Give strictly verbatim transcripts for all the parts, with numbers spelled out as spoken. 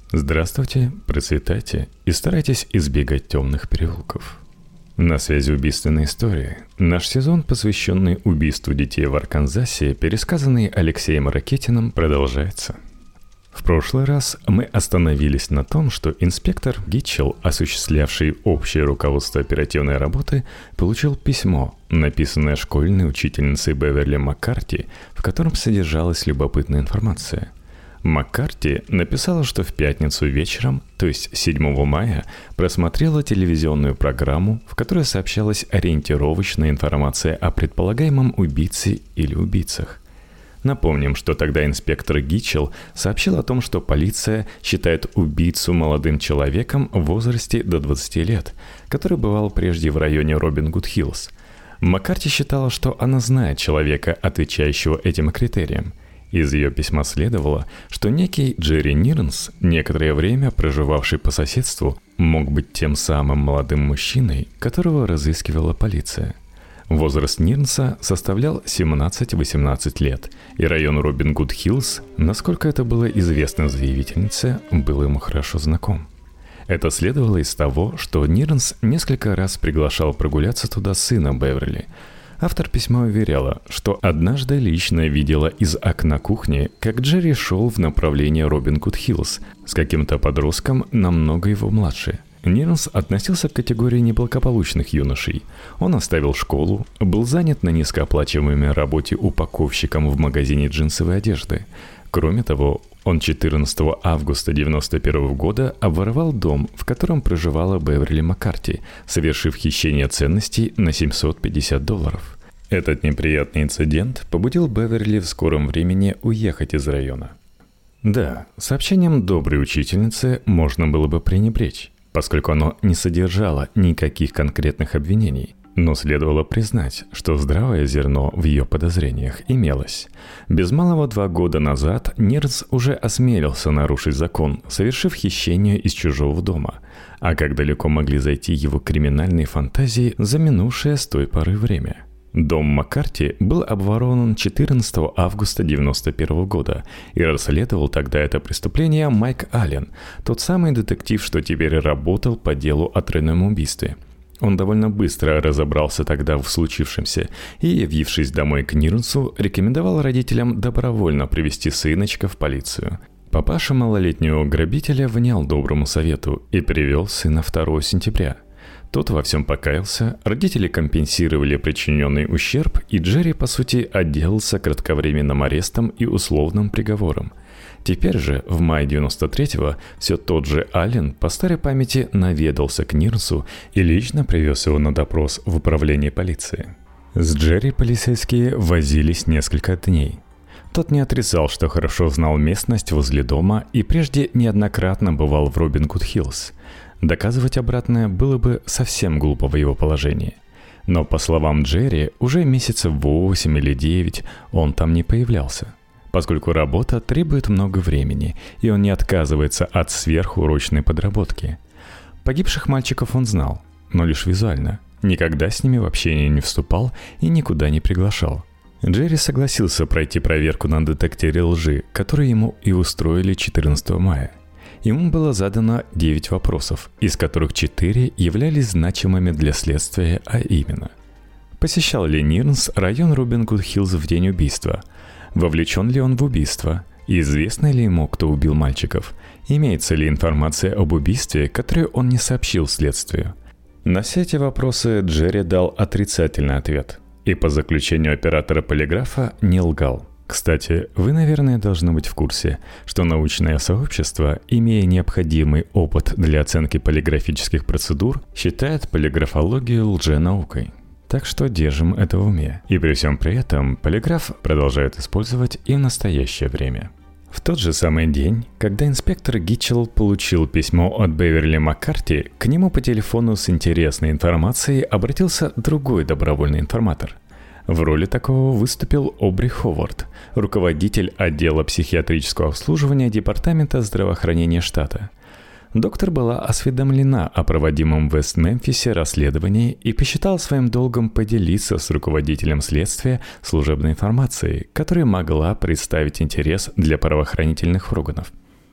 Здравствуйте, процветайте и старайтесь избегать темных переулков. На связи убийственные истории. Наш сезон, посвященный убийству детей в Арканзасе, пересказанный Алексеем Ракетиным, продолжается. В прошлый раз мы остановились на том, что инспектор Гитчелл, осуществлявший общее руководство оперативной работы, получил письмо, написанное школьной учительницей Беверли Маккарти, в котором содержалась любопытная информация. Маккарти написала, что в пятницу вечером, то есть седьмого мая, просмотрела телевизионную программу, в которой сообщалась ориентировочная информация о предполагаемом убийце или убийцах. Напомним, что тогда инспектор Гитчелл сообщил о том, что полиция считает убийцу молодым человеком в возрасте до двадцати лет, который бывал прежде в районе Робин-Гуд-Хиллз. Маккарти считала, что она знает человека, отвечающего этим критериям. Из ее письма следовало, что некий Джерри Нирнс, некоторое время проживавший по соседству, мог быть тем самым молодым мужчиной, которого разыскивала полиция. Возраст Нирнса составлял семнадцать-восемнадцать лет, и район Робин-Гуд-Хиллз, насколько это было известно заявительнице, был ему хорошо знаком. Это следовало из того, что Нирнс несколько раз приглашал прогуляться туда сына Беверли. Автор письма уверяла, что однажды лично видела из окна кухни, как Джерри шел в направлении Робин-Гуд-Хиллз с каким-то подростком намного его младше. Нирнс относился к категории неблагополучных юношей. Он оставил школу, был занят на низкооплачиваемой работе упаковщиком в магазине джинсовой одежды. Кроме того, он четырнадцатого августа девяносто первого года обворовал дом, в котором проживала Беверли Маккарти, совершив хищение ценностей на семьсот пятьдесят долларов. Этот неприятный инцидент побудил Беверли в скором времени уехать из района. Да, сообщением доброй учительницы можно было бы пренебречь, поскольку оно не содержало никаких конкретных обвинений. Но следовало признать, что здравое зерно в ее подозрениях имелось. Без малого два года назад Нирнс уже осмелился нарушить закон, совершив хищение из чужого дома. А как далеко могли зайти его криминальные фантазии за минувшее с той поры время? Дом Маккарти был обворован четырнадцатого августа девяносто первого года, и расследовал тогда это преступление Майк Аллен, тот самый детектив, что теперь работал по делу о тройном убийстве. Он довольно быстро разобрался тогда в случившемся и, явившись домой к Нирнсу, рекомендовал родителям добровольно привести сыночка в полицию. Папаша малолетнего грабителя внял доброму совету и привел сына второго сентября. Тот во всем покаялся, родители компенсировали причиненный ущерб, и Джерри, по сути, отделался кратковременным арестом и условным приговором. Теперь же, в мае девяносто третьего, все тот же Аллен по старой памяти наведался к Нирнсу и лично привез его на допрос в управление полиции. С Джерри полицейские возились несколько дней. Тот не отрицал, что хорошо знал местность возле дома и прежде неоднократно бывал в Робин-Гуд-Хиллз. Доказывать обратное было бы совсем глупо в его положении. Но, по словам Джерри, уже месяцев восемь или девять он там не появлялся, поскольку работа требует много времени, и он не отказывается от сверхурочной подработки. Погибших мальчиков он знал, но лишь визуально, никогда с ними в общение не вступал и никуда не приглашал. Джерри согласился пройти проверку на детекторе лжи, которую ему и устроили четырнадцатого мая. Ему было задано девять вопросов, из которых четыре являлись значимыми для следствия, а именно: посещал ли Нирнс район Робин-Гуд-Хиллз в день убийства? Вовлечен ли он в убийство? Известно ли ему, кто убил мальчиков? Имеется ли информация об убийстве, которую он не сообщил следствию? На все эти вопросы Джерри дал отрицательный ответ и по заключению оператора полиграфа не лгал. Кстати, вы, наверное, должны быть в курсе, что научное сообщество, имея необходимый опыт для оценки полиграфических процедур, считает полиграфологию лженаукой. Так что держим это в уме. И при всем при этом полиграф продолжают использовать и в настоящее время. В тот же самый день, когда инспектор Гитчелл получил письмо от Беверли Маккарти, к нему по телефону с интересной информацией обратился другой добровольный информатор. В роли такого выступил Обри Ховард, руководитель отдела психиатрического обслуживания Департамента здравоохранения штата. Доктор была осведомлена о проводимом в Вест-Мемфисе расследовании и посчитала своим долгом поделиться с руководителем следствия служебной информацией, которая могла представить интерес для правоохранительных органов.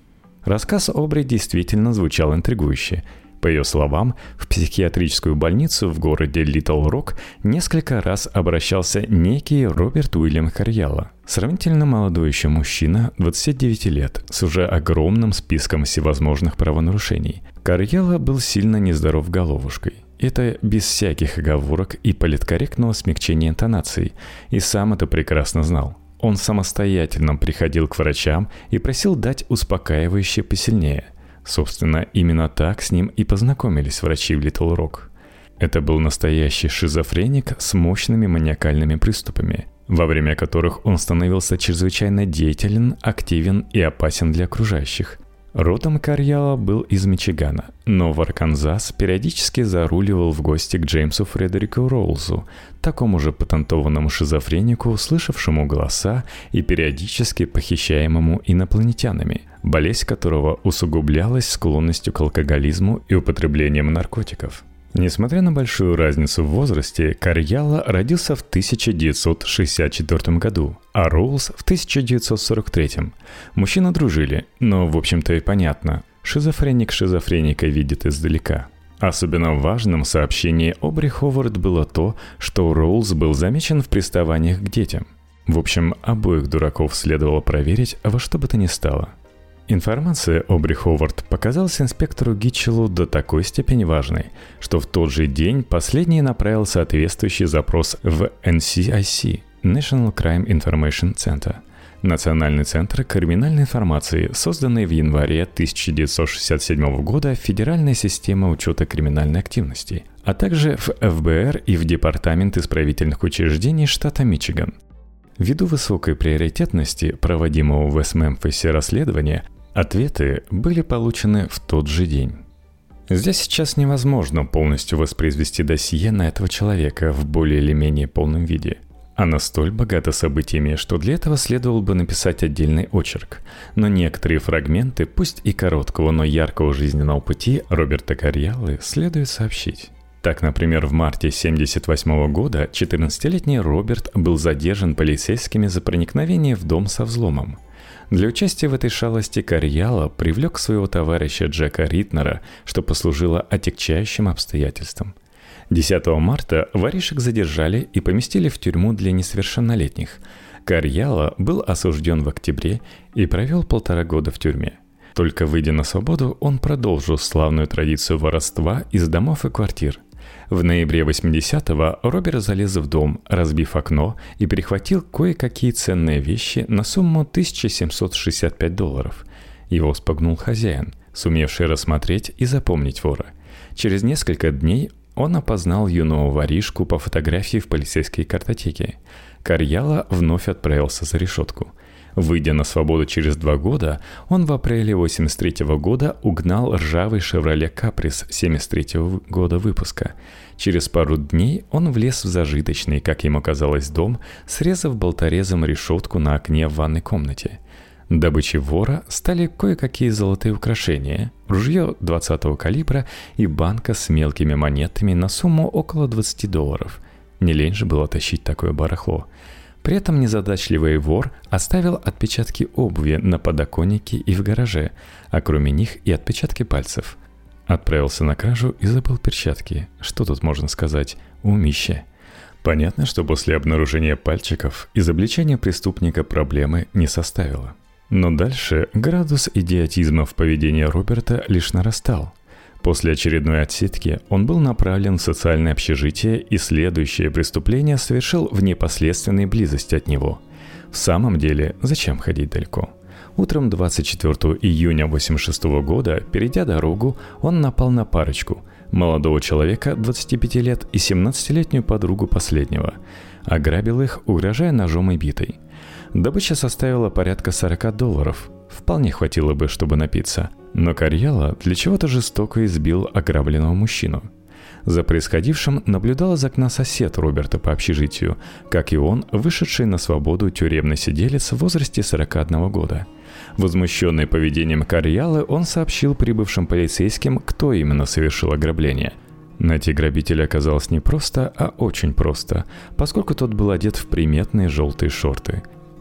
Рассказ Обри действительно звучал интригующе. По ее словам, в психиатрическую больницу в городе Литл Рок несколько раз обращался некий Роберт Уильям Карьяло, сравнительно молодой еще мужчина, двадцати девяти лет, с уже огромным списком всевозможных правонарушений. Карьяло был сильно нездоров головушкой. Это без всяких оговорок и политкорректного смягчения интонаций, и сам это прекрасно знал. Он самостоятельно приходил к врачам и просил дать успокаивающее посильнее. Собственно, именно так с ним и познакомились врачи в Литл Рок. Это был настоящий шизофреник с мощными маниакальными приступами, во время которых он становился чрезвычайно деятелен, активен и опасен для окружающих. Родом Карьяло был из Мичигана, но в Арканзас периодически заруливал в гости к Джеймсу Фредерику Роузу, такому же патентованному шизофренику, слышавшему голоса и периодически похищаемому инопланетянами, болезнь которого усугублялась склонностью к алкоголизму и употреблением наркотиков. Несмотря на большую разницу в возрасте, Карьяло родился в тысяча девятьсот шестьдесят четвёртом году, а Роуз в тысяча девятьсот сорок третьем. Мужчины дружили, но, в общем-то, и понятно. Шизофреник шизофреника видит издалека. Особенно важным в сообщении Обри Ховард было то, что Роуз был замечен в приставаниях к детям. В общем, обоих дураков следовало проверить во что бы то ни стало. Информация Обри Ховард показалась инспектору Гитчеллу до такой степени важной, что в тот же день последний направил соответствующий запрос в эн си ай си – National Crime Information Center – Национальный центр криминальной информации, созданный в январе тысяча девятьсот шестьдесят седьмого года Федеральная система учета криминальной активности, а также в эф бэ эр и в Департамент исправительных учреждений штата Мичиган. Ввиду высокой приоритетности проводимого в Вест-Мемфисе расследования, ответы были получены в тот же день. Здесь сейчас невозможно полностью воспроизвести досье на этого человека в более или менее полном виде. Оно столь богато событиями, что для этого следовало бы написать отдельный очерк. Но некоторые фрагменты, пусть и короткого, но яркого жизненного пути Роберта Карьяло следует сообщить. Так, например, в марте тысяча девятьсот семьдесят восьмого года четырнадцатилетний Роберт был задержан полицейскими за проникновение в дом со взломом. Для участия в этой шалости Карьяло привлек своего товарища Джека Ритнера, что послужило отягчающим обстоятельством. десятого марта воришек задержали и поместили в тюрьму для несовершеннолетних. Карьяло был осужден в октябре и провел полтора года в тюрьме. Только выйдя на свободу, он продолжил славную традицию воровства из домов и квартир. В ноябре восьмидесятого Роберт залез в дом, разбив окно, и перехватил кое-какие ценные вещи на сумму тысяча семьсот шестьдесят пять долларов. Его спугнул хозяин, сумевший рассмотреть и запомнить вора. Через несколько дней он опознал юного воришку по фотографии в полицейской картотеке. Карьяло вновь отправился за решетку. Выйдя на свободу через два года, он в апреле восемьдесят третьего года угнал ржавый «Шевроле Каприс» семьдесят третьего года выпуска. Через пару дней он влез в зажиточный, как ему казалось, дом, срезав болторезом решетку на окне в ванной комнате. Добычей вора стали кое-какие золотые украшения, ружье двадцатого калибра и банка с мелкими монетами на сумму около двадцати долларов. Не лень же было тащить такое барахло. При этом незадачливый вор оставил отпечатки обуви на подоконнике и в гараже, а кроме них и отпечатки пальцев. Отправился на кражу и забыл перчатки. Что тут можно сказать? Умище. Понятно, что после обнаружения пальчиков изобличение преступника проблемы не составило. Но дальше градус идиотизма в поведении Роберта лишь нарастал. После очередной отсидки он был направлен в социальное общежитие и следующее преступление совершил в непосредственной близости от него. В самом деле, зачем ходить далеко? Утром двадцать четвёртого июня восемьдесят шестого года, перейдя дорогу, он напал на парочку – молодого человека двадцати пяти лет и семнадцатилетнюю подругу последнего. Ограбил их, угрожая ножом и битой. Добыча составила порядка сорока долларов. Вполне хватило бы, чтобы напиться. Но Карьяло для чего-то жестоко избил ограбленного мужчину. За происходившим наблюдал из окна сосед Роберта по общежитию, как и он, вышедший на свободу тюремный сиделец в возрасте сорока одного года. Возмущенный поведением Карьяло, он сообщил прибывшим полицейским, кто именно совершил ограбление. Найти грабителя оказалось не просто, а очень просто, поскольку тот был одет в приметные желтые шорты.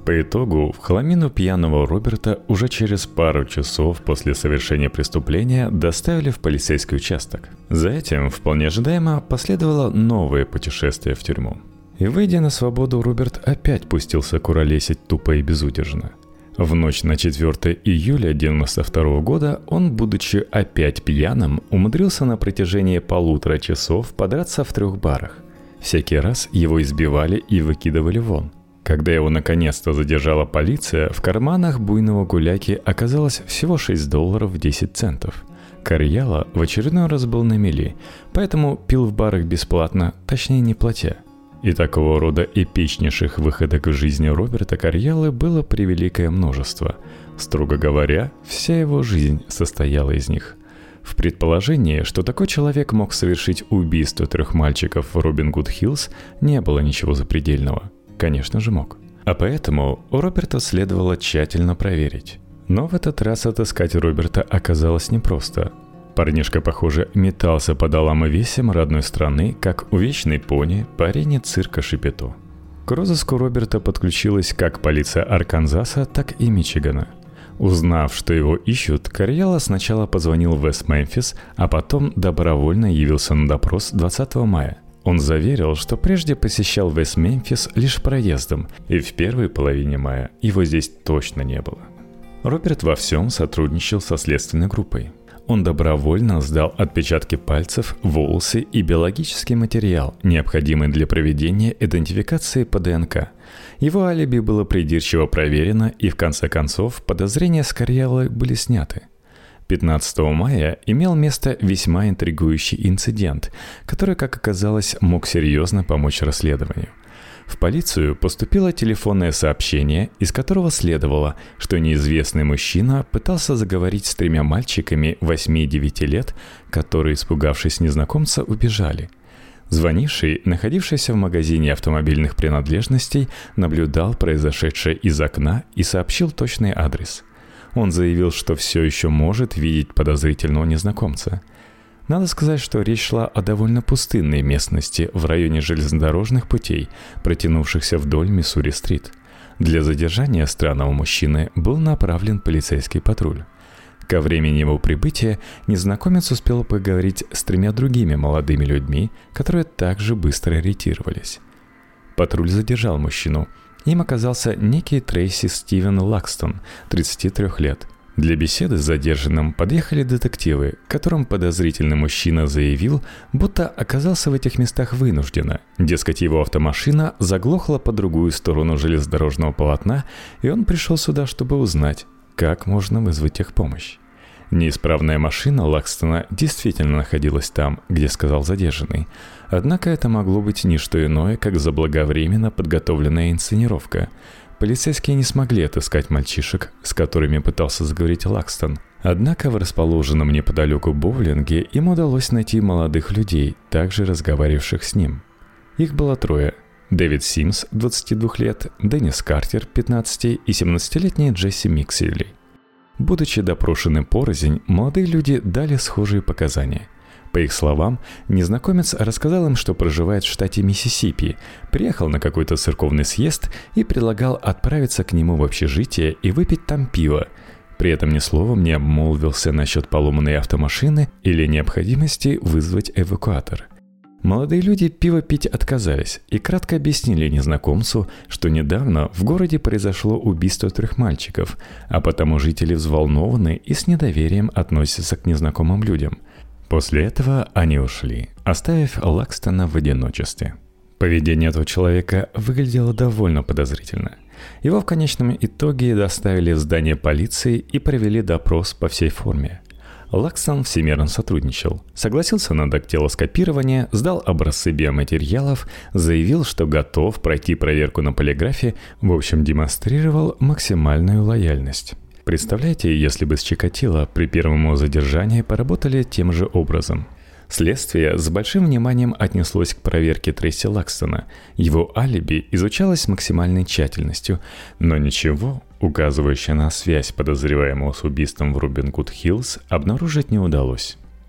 По итогу, в хламину пьяного Роберта уже через пару часов после совершения преступления доставили в полицейский участок. За этим, вполне ожидаемо, последовало новое путешествие в тюрьму. И выйдя на свободу, Роберт опять пустился куролесить тупо и безудержно. В ночь на четвёртое июля девяносто второго года он, будучи опять пьяным, умудрился на протяжении полутора часов подраться в трех барах. Всякий раз его избивали и выкидывали вон. Когда его наконец-то задержала полиция, в карманах буйного гуляки оказалось всего шесть долларов десять центов. Карьяло в очередной раз был на мели, поэтому пил в барах бесплатно, точнее не платя. И такого рода эпичнейших выходок в жизни Роберта Карьялы было превеликое множество. Строго говоря, вся его жизнь состояла из них. В предположении, что такой человек мог совершить убийство трех мальчиков в Робин-Гуд-Хиллз, не было ничего запредельного. Конечно же мог. А поэтому Роберта следовало тщательно проверить. Но в этот раз отыскать Роберта оказалось непросто. Парнишка, похоже, метался по долам и весям родной страны, как увечный пони по арене цирка Шапито. К розыску Роберта подключилась как полиция Арканзаса, так и Мичигана. Узнав, что его ищут, Карьяло сначала позвонил в Вест-Мемфис, а потом добровольно явился на допрос двадцатого мая. Он заверил, что прежде посещал Вест-Мемфис лишь проездом, и в первой половине мая его здесь точно не было. Роберт во всем сотрудничал со следственной группой. Он добровольно сдал отпечатки пальцев, волосы и биологический материал, необходимый для проведения идентификации по ДНК. Его алиби было придирчиво проверено, и в конце концов подозрения с Карьялой были сняты. пятнадцатого мая имел место весьма интригующий инцидент, который, как оказалось, мог серьезно помочь расследованию. В полицию поступило телефонное сообщение, из которого следовало, что неизвестный мужчина пытался заговорить с тремя мальчиками восьми и девяти лет, которые, испугавшись незнакомца, убежали. Звонивший, находившийся в магазине автомобильных принадлежностей, наблюдал произошедшее из окна и сообщил точный адрес. Он заявил, что все еще может видеть подозрительного незнакомца. Надо сказать, что речь шла о довольно пустынной местности в районе железнодорожных путей, протянувшихся вдоль Миссури-стрит. Для задержания странного мужчины был направлен полицейский патруль. Ко времени его прибытия незнакомец успел поговорить с тремя другими молодыми людьми, которые также быстро ориентировались. Патруль задержал мужчину. Им оказался некий Трейси Стивен Лакстон, тридцати трёх лет. Для беседы с задержанным подъехали детективы, которым подозрительный мужчина заявил, будто оказался в этих местах вынужденно. Дескать, его автомашина заглохла по другую сторону железнодорожного полотна, и он пришел сюда, чтобы узнать, как можно вызвать техпомощь. Неисправная машина Лакстона действительно находилась там, где сказал задержанный. Однако это могло быть не что иное, как заблаговременно подготовленная инсценировка. Полицейские не смогли отыскать мальчишек, с которыми пытался заговорить Лакстон. Однако в расположенном неподалеку боулинге им удалось найти молодых людей, также разговаривавших с ним. Их было трое. Дэвид Симс, двадцати двух лет, Деннис Картер, пятнадцати, и семнадцатилетний Джесси Миксели. Будучи допрошены порознь, молодые люди дали схожие показания. По их словам, незнакомец рассказал им, что проживает в штате Миссисипи, приехал на какой-то церковный съезд и предлагал отправиться к нему в общежитие и выпить там пиво. При этом ни словом не обмолвился насчет поломанной автомашины или необходимости вызвать эвакуатор. Молодые люди пиво пить отказались и кратко объяснили незнакомцу, что недавно в городе произошло убийство трех мальчиков, а потому жители взволнованы и с недоверием относятся к незнакомым людям. После этого они ушли, оставив Лакстона в одиночестве. Поведение этого человека выглядело довольно подозрительно. Его в конечном итоге доставили в здание полиции и провели допрос по всей форме. Лакстон всемерно сотрудничал, согласился на дактилоскопирование, сдал образцы биоматериалов, заявил, что готов пройти проверку на полиграфе, в общем, демонстрировал максимальную лояльность. Представляете, если бы с Чикатило при первом его задержании поработали тем же образом? Следствие с большим вниманием отнеслось к проверке Трейси Лакстона. Его алиби изучалось с максимальной тщательностью, но ничего, указывающее на связь подозреваемого с убийством в Робин-Гуд-Хиллз, обнаружить не удалось.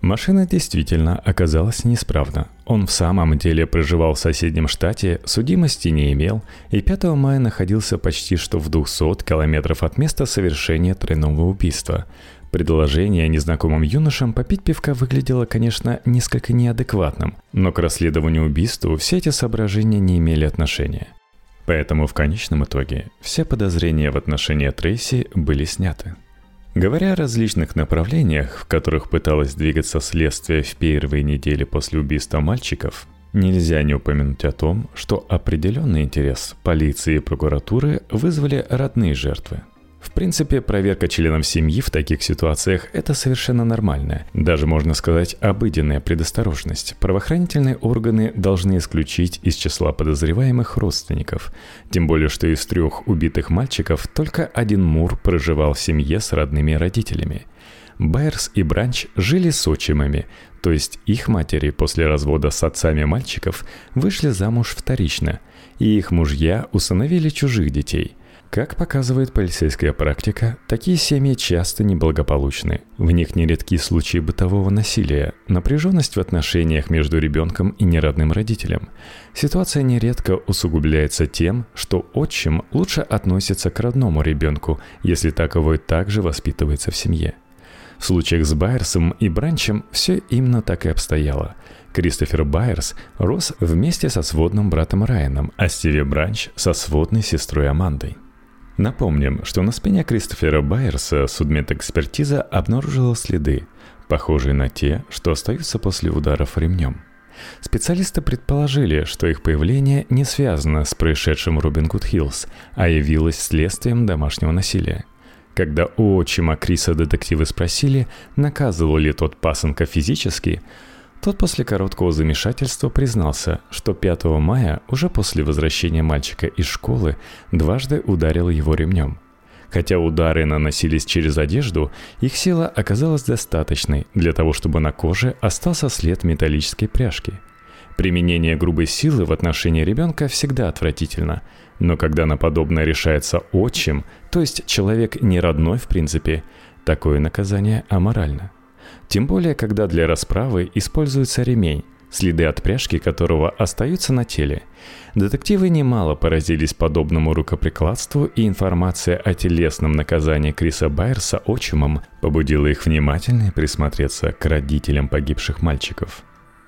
Машина действительно оказалась неисправна. Он в самом деле проживал в соседнем штате, судимости не имел, и пятого мая находился почти что в двухстах километрах от места совершения тройного убийства. Предложение незнакомым юношам попить пивка выглядело, конечно, несколько неадекватным, но к расследованию убийства все эти соображения не имели отношения. Поэтому в конечном итоге все подозрения в отношении Трейси были сняты. Говоря о различных направлениях, в которых пыталось двигаться следствие в первые недели после убийства мальчиков, нельзя не упомянуть о том, что определенный интерес полиции и прокуратуры вызвали родные жертвы. В принципе, проверка членов семьи в таких ситуациях – это совершенно нормальная, даже можно сказать, обыденная предосторожность. Правоохранительные органы должны исключить из числа подозреваемых родственников. Тем более, что из трех убитых мальчиков только один Мур проживал в семье с родными родителями. Байерс и Бранч жили с отчимами, то есть их матери после развода с отцами мальчиков вышли замуж вторично, и их мужья усыновили чужих детей. Как показывает полицейская практика, такие семьи часто неблагополучны. В них нередки случаи бытового насилия, напряженность в отношениях между ребенком и неродным родителем. Ситуация нередко усугубляется тем, что отчим лучше относится к родному ребенку, если таковой также воспитывается в семье. В случаях с Байерсом и Бранчем все именно так и обстояло. Кристофер Байерс рос вместе со сводным братом Райаном, а Стиви Бранч со сводной сестрой Амандой. Напомним, что на спине Кристофера Байерса судмедэкспертиза обнаружила следы, похожие на те, что остаются после ударов ремнем. Специалисты предположили, что их появление не связано с происшедшим в Робин-Гуд-Хиллз, а явилось следствием домашнего насилия. Когда у отчима Криса детективы спросили, наказывал ли тот пасынка физически, тот после короткого замешательства признался, что пятого мая, уже после возвращения мальчика из школы, дважды ударил его ремнем. Хотя удары наносились через одежду, их сила оказалась достаточной для того, чтобы на коже остался след металлической пряжки. Применение грубой силы в отношении ребенка всегда отвратительно, но когда на подобное решается отчим, то есть человек не родной в принципе, такое наказание аморально. Тем более, когда для расправы используется ремень, следы от пряжки которого остаются на теле. Детективы немало поразились подобному рукоприкладству, и информация о телесном наказании Криса Байерса отчимом побудила их внимательно присмотреться к родителям погибших мальчиков.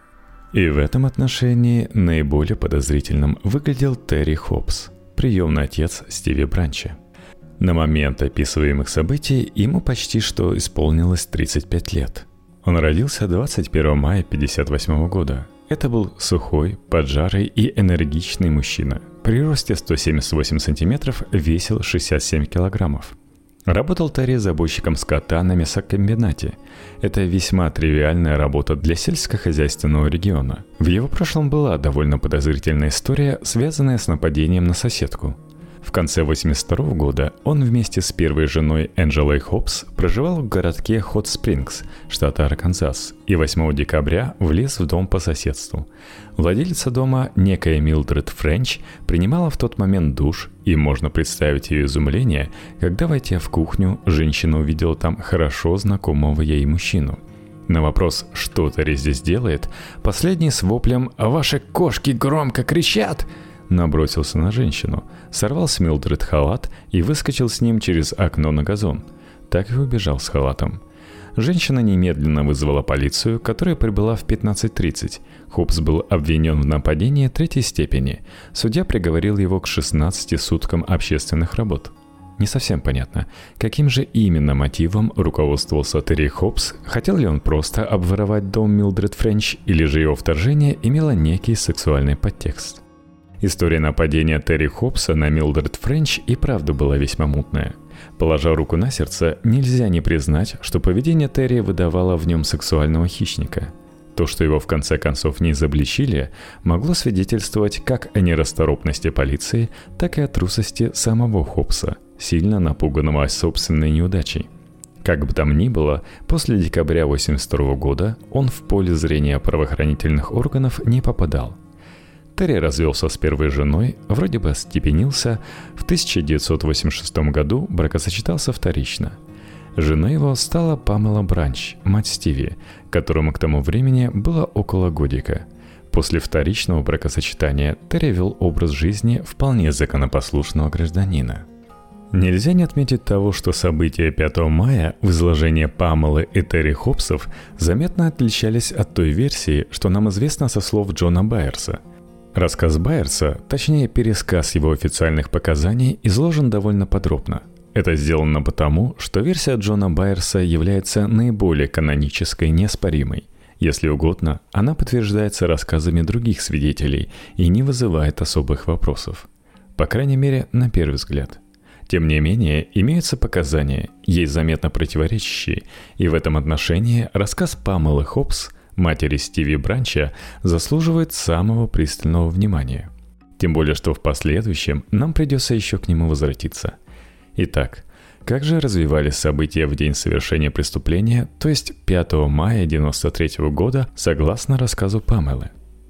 И в этом отношении наиболее подозрительным выглядел Терри Хопс, приемный отец Стиви Бранча. На момент описываемых событий ему почти что исполнилось тридцать пять лет. Он родился двадцать первого мая тысяча девятьсот пятьдесят восьмого года. Это был сухой, поджарый и энергичный мужчина. При росте сто семьдесят восемь сантиметров весил шестьдесят семь килограммов. Работал Терри забойщиком скота на мясокомбинате. Это весьма тривиальная работа для сельскохозяйственного региона. В его прошлом была довольно подозрительная история, связанная с нападением на соседку. В конце восемьдесят второго года он вместе с первой женой Энджелой Хопс проживал в городке Хот-Спрингс, штата Арканзас, и восьмого декабря влез в дом по соседству. Владелица дома, некая Милдред Френч, принимала в тот момент душ, и можно представить ее изумление, когда, войдя в кухню, женщина увидела там хорошо знакомого ей мужчину. На вопрос, что Терри здесь делает, последний с воплем «Ваши кошки громко кричат!» набросился на женщину, сорвал с Милдред халат и выскочил с ним через окно на газон. Так и убежал с халатом. Женщина немедленно вызвала полицию, которая прибыла в пятнадцать тридцать. Хопс был обвинен в нападении третьей степени. Судья приговорил его к шестнадцати суткам общественных работ. Не совсем понятно, каким же именно мотивом руководствовался Терри Хопс, хотел ли он просто обворовать дом Милдред Френч, или же его вторжение имело некий сексуальный подтекст. История нападения Терри Хопса на Милдред Френч и правда была весьма мутная. Положа руку на сердце, нельзя не признать, что поведение Терри выдавало в нем сексуального хищника. То, что его в конце концов не изобличили, могло свидетельствовать как о нерасторопности полиции, так и о трусости самого Хопса, сильно напуганного собственной неудачей. Как бы там ни было, после декабря восемьдесят второго года он в поле зрения правоохранительных органов не попадал. Терри развелся с первой женой, вроде бы остепенился, в тысяча девятьсот восемьдесят шестом году бракосочетался вторично. Женой его стала Памела Бранч, мать Стиви, которому к тому времени было около годика. После вторичного бракосочетания Терри вел образ жизни вполне законопослушного гражданина. Нельзя не отметить того, что события пятого мая в изложении Памелы и Терри Хопсов заметно отличались от той версии, что нам известно со слов Джона Байерса. Рассказ Байерса, точнее пересказ его официальных показаний, изложен довольно подробно. Это сделано потому, что версия Джона Байерса является наиболее канонической и неоспоримой. Если угодно, она подтверждается рассказами других свидетелей и не вызывает особых вопросов. По крайней мере, на первый взгляд. Тем не менее, имеются показания, ей заметно противоречащие, и в этом отношении рассказ Памелы Хопс, матери Стиви Бранча, заслуживает самого пристального внимания. Тем более, что в последующем нам придется еще к нему возвратиться. Итак, как же развивались события в день совершения преступления, то есть пятого мая девяносто третьего года, согласно рассказу Памелы?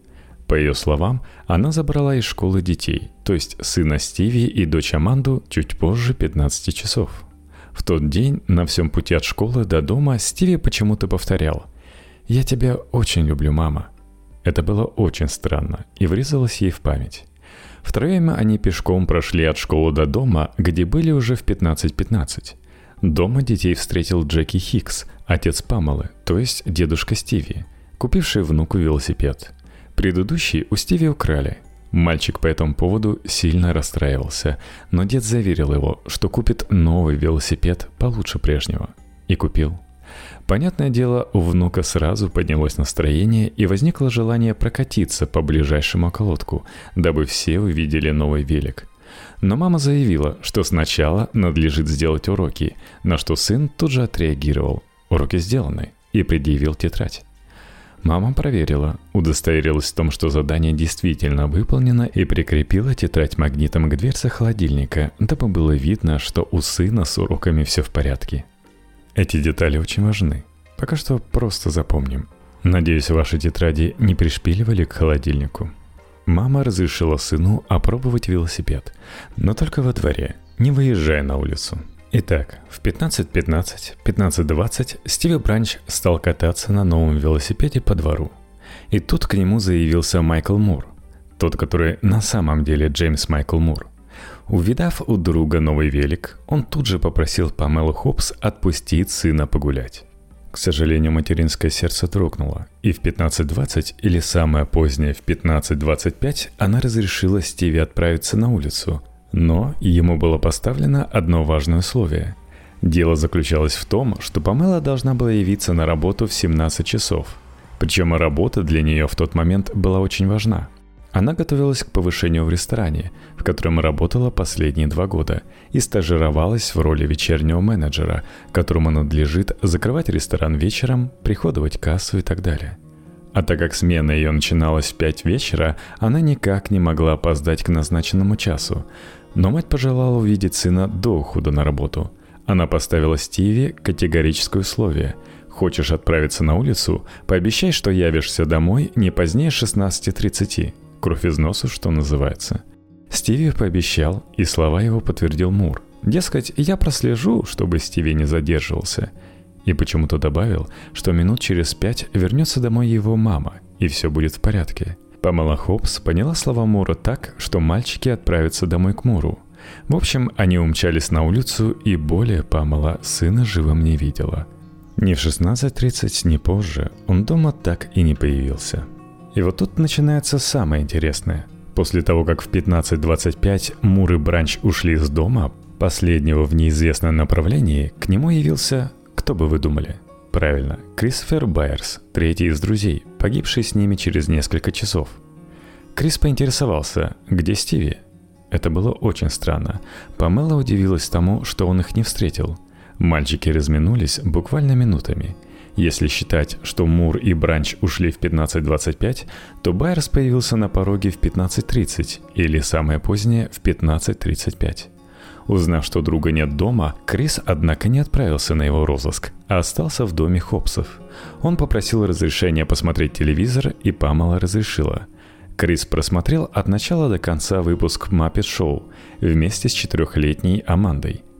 По ее словам, она забрала из школы детей, то есть сына Стиви и дочь Аманду, чуть позже пятнадцати часов. В тот день на всем пути от школы до дома Стиви почему-то повторял: «Я тебя очень люблю, мама». Это было очень странно и врезалось ей в память. Втроем они пешком прошли от школы до дома, где были уже в пятнадцать пятнадцать. Дома детей встретил Джеки Хикс, отец Памелы, то есть дедушка Стиви, купивший внуку велосипед. Предыдущий у Стиви украли. Мальчик по этому поводу сильно расстраивался, но дед заверил его, что купит новый велосипед получше прежнего. И купил. Понятное дело, у внука сразу поднялось настроение и возникло желание прокатиться по ближайшему околотку, дабы все увидели новый велик. Но мама заявила, что сначала надлежит сделать уроки, на что сын тут же отреагировал: «Уроки сделаны», и предъявил тетрадь. Мама проверила, удостоверилась в том, что задание действительно выполнено, и прикрепила тетрадь магнитом к дверце холодильника, дабы было видно, что у сына с уроками все в порядке. Эти детали очень важны. Пока что просто запомним. Надеюсь, ваши тетради не пришпиливали к холодильнику. Мама разрешила сыну опробовать велосипед, но только во дворе, не выезжая на улицу. Итак, в пятнадцать пятнадцать, пятнадцать двадцать Стиви Бранч стал кататься на новом велосипеде по двору. И тут к нему заявился Майкл Мур, тот, который на самом деле Джеймс Майкл Мур. Увидав у друга новый велик, он тут же попросил Памелу Хопс отпустить сына погулять. К сожалению, материнское сердце дрогнуло, и в пятнадцать двадцать, или самое позднее в пятнадцать двадцать пять, она разрешила Стиви отправиться на улицу. Но ему было поставлено одно важное условие. Дело заключалось в том, что Памела должна была явиться на работу в семнадцать часов. Причем работа для нее в тот момент была очень важна. Она готовилась к повышению в ресторане, в котором работала последние два года, и стажировалась в роли вечернего менеджера, которому надлежит закрывать ресторан вечером, приходовать кассу и так далее. А так как смена ее начиналась в пять вечера, она никак не могла опоздать к назначенному часу. Но мать пожелала увидеть сына до ухода на работу. Она поставила Стиви категорическое условие: хочешь отправиться на улицу, пообещай, что явишься домой не позднее шестнадцати тридцати. Кровь из носу, что называется. Стиви пообещал, и слова его подтвердил Мур. Дескать, я прослежу, чтобы Стиви не задерживался. И почему-то добавил, что минут через пять вернется домой его мама, и все будет в порядке. Памела Хопс поняла слова Мура так, что мальчики отправятся домой к Муру. В общем, они умчались на улицу, и более Памела сына живым не видела. Ни в шестнадцать тридцать, ни позже он дома так и не появился. И вот тут начинается самое интересное. После того, как в пятнадцать двадцать пять Мур и Бранч ушли из дома, последнего в неизвестном направлении, к нему явился... Кто бы вы думали? Правильно, Кристофер Байерс, третий из друзей, погибший с ними через несколько часов. Крис поинтересовался, где Стиви. Это было очень странно. Памела удивилась тому, что он их не встретил. Мальчики разминулись буквально минутами. Если считать, что Мур и Бранч ушли в пятнадцать двадцать пять, то Байерс появился на пороге в пятнадцать тридцать, или самое позднее в пятнадцать тридцать пять. Узнав, что друга нет дома, Крис, однако, не отправился на его розыск, а остался в доме Хопсов. Он попросил разрешения посмотреть телевизор, и Памела разрешила. Крис просмотрел от начала до конца выпуск «Маппет Шоу» вместе с четырехлетней Амандой,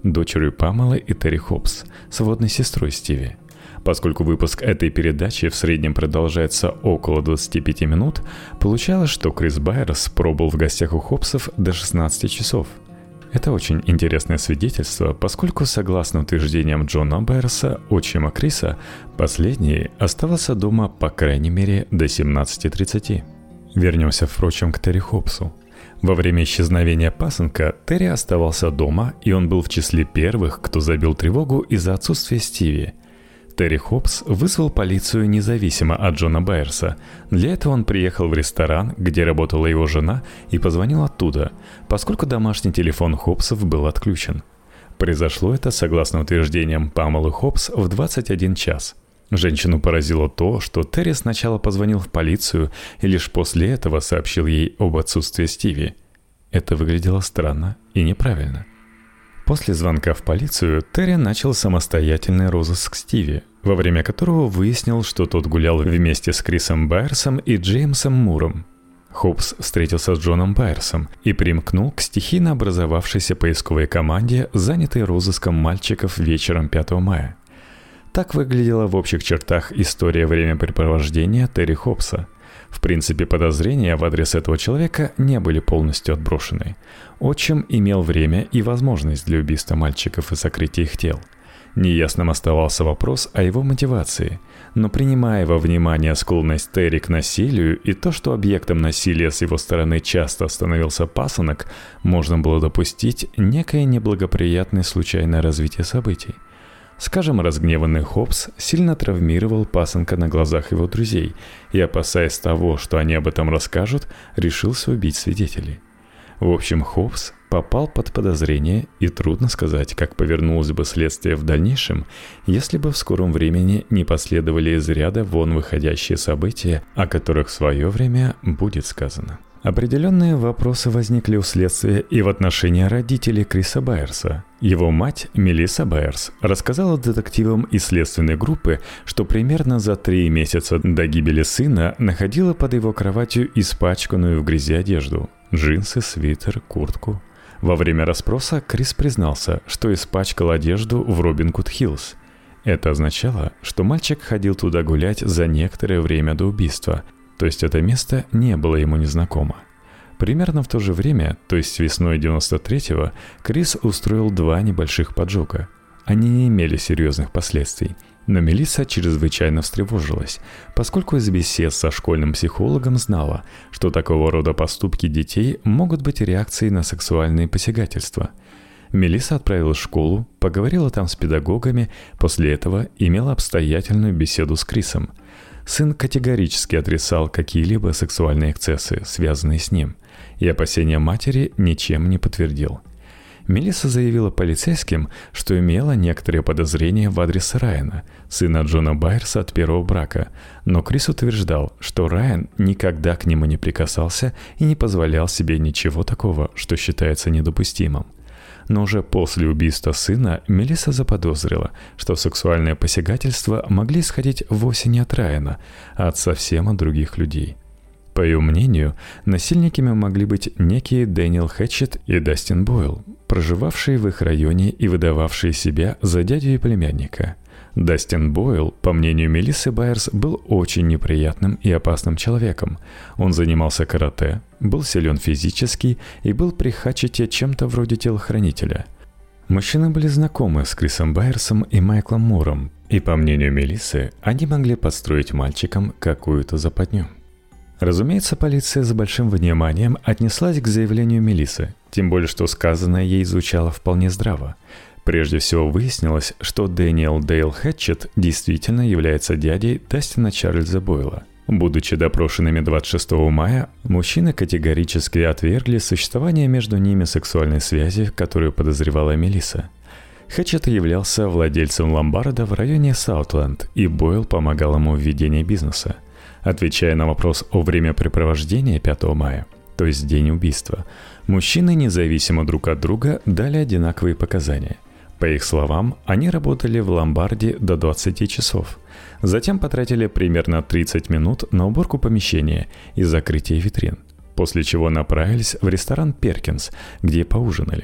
дочерью Памелы и Терри Хопс, сводной сестрой Стиви. Поскольку выпуск этой передачи в среднем продолжается около двадцати пяти минут, получалось, что Крис Байерс пробыл в гостях у Хопсов до шестнадцати часов. Это очень интересное свидетельство, поскольку, согласно утверждениям Джона Байерса, отчима Криса, последний оставался дома по крайней мере до семнадцати тридцати. Вернемся, впрочем, к Терри Хопсу. Во время исчезновения пасынка Терри оставался дома, и он был в числе первых, кто забил тревогу из-за отсутствия Стиви. Терри Хопс вызвал полицию независимо от Джона Байерса. Для этого он приехал в ресторан, где работала его жена, и позвонил оттуда, поскольку домашний телефон Хопсов был отключен. Произошло это, согласно утверждениям Памелы Хопс, в двадцать один час. Женщину поразило то, что Терри сначала позвонил в полицию и лишь после этого сообщил ей об отсутствии Стиви. Это выглядело странно и неправильно. После звонка в полицию Терри начал самостоятельный розыск Стиви, во время которого выяснил, что тот гулял вместе с Крисом Байерсом и Джеймсом Муром. Хопс встретился с Джоном Байерсом и примкнул к стихийно образовавшейся поисковой команде, занятой розыском мальчиков вечером пятого мая. Так выглядела в общих чертах история времяпрепровождения Терри Хопса. В принципе, подозрения в адрес этого человека не были полностью отброшены. Отчим имел время и возможность для убийства мальчиков и сокрытия их тел. Неясным оставался вопрос о его мотивации, но принимая во внимание склонность Терри к насилию и то, что объектом насилия с его стороны часто становился пасынок, можно было допустить некое неблагоприятное случайное развитие событий. Скажем, разгневанный Хопс сильно травмировал пасынка на глазах его друзей и, опасаясь того, что они об этом расскажут, решился убить свидетелей. В общем, Хопс попал под подозрение, и трудно сказать, как повернулось бы следствие в дальнейшем, если бы в скором времени не последовали из ряда вон выходящие события, о которых в свое время будет сказано. Определенные вопросы возникли у следствия и в отношении родителей Криса Байерса. Его мать, Мелисса Байерс, рассказала детективам из следственной группы, что примерно за три месяца до гибели сына находила под его кроватью испачканную в грязи одежду – джинсы, свитер, куртку. Во время расспроса Крис признался, что испачкал одежду в Робин-Гуд-Хиллз. Это означало, что мальчик ходил туда гулять за некоторое время до убийства, то есть это место не было ему незнакомо. Примерно в то же время, то есть весной девяносто третьего, Крис устроил два небольших поджога. Они не имели серьезных последствий, но Мелисса чрезвычайно встревожилась, поскольку из бесед со школьным психологом знала, что такого рода поступки детей могут быть реакцией на сексуальные посягательства. Мелисса отправилась в школу, поговорила там с педагогами, после этого имела обстоятельную беседу с Крисом. Сын категорически отрицал какие-либо сексуальные эксцессы, связанные с ним, и опасения матери ничем не подтвердил. Мелисса заявила полицейским, что имела некоторые подозрения в адрес Райана, сына Джона Байерса от первого брака, но Крис утверждал, что Райан никогда к нему не прикасался и не позволял себе ничего такого, что считается недопустимым. Но уже после убийства сына Мелисса заподозрила, что сексуальные посягательства могли исходить вовсе не от Райана, а от совсем от других людей. По ее мнению, насильниками могли быть некие Дэниел Хэтчет и Дастин Бойл, проживавшие в их районе и выдававшие себя за дядю и племянника. Дастин Бойл, по мнению Мелиссы Байерс, был очень неприятным и опасным человеком. Он занимался карате, был силен физически и был при Хэтчете чем-то вроде телохранителя. Мужчины были знакомы с Крисом Байерсом и Майклом Муром, и, по мнению Мелиссы, они могли подстроить мальчикам какую-то западню. Разумеется, полиция с большим вниманием отнеслась к заявлению Мелиссы, тем более что сказанное ей звучало вполне здраво. Прежде всего выяснилось, что Дэниел Дейл Хэтчет действительно является дядей Дастина Чарльза Бойла. Будучи допрошенными двадцать шестого мая, мужчины категорически отвергли существование между ними сексуальной связи, которую подозревала Мелисса. Хэтчет являлся владельцем ломбарда в районе Саутленд, и Бойл помогал ему в ведении бизнеса. Отвечая на вопрос о времяпрепровождении пятого мая, то есть день убийства, мужчины независимо друг от друга дали одинаковые показания. По их словам, они работали в ломбарде до двадцати часов. Затем потратили примерно тридцать минут на уборку помещения и закрытие витрин, после чего направились в ресторан «Перкинс», где поужинали.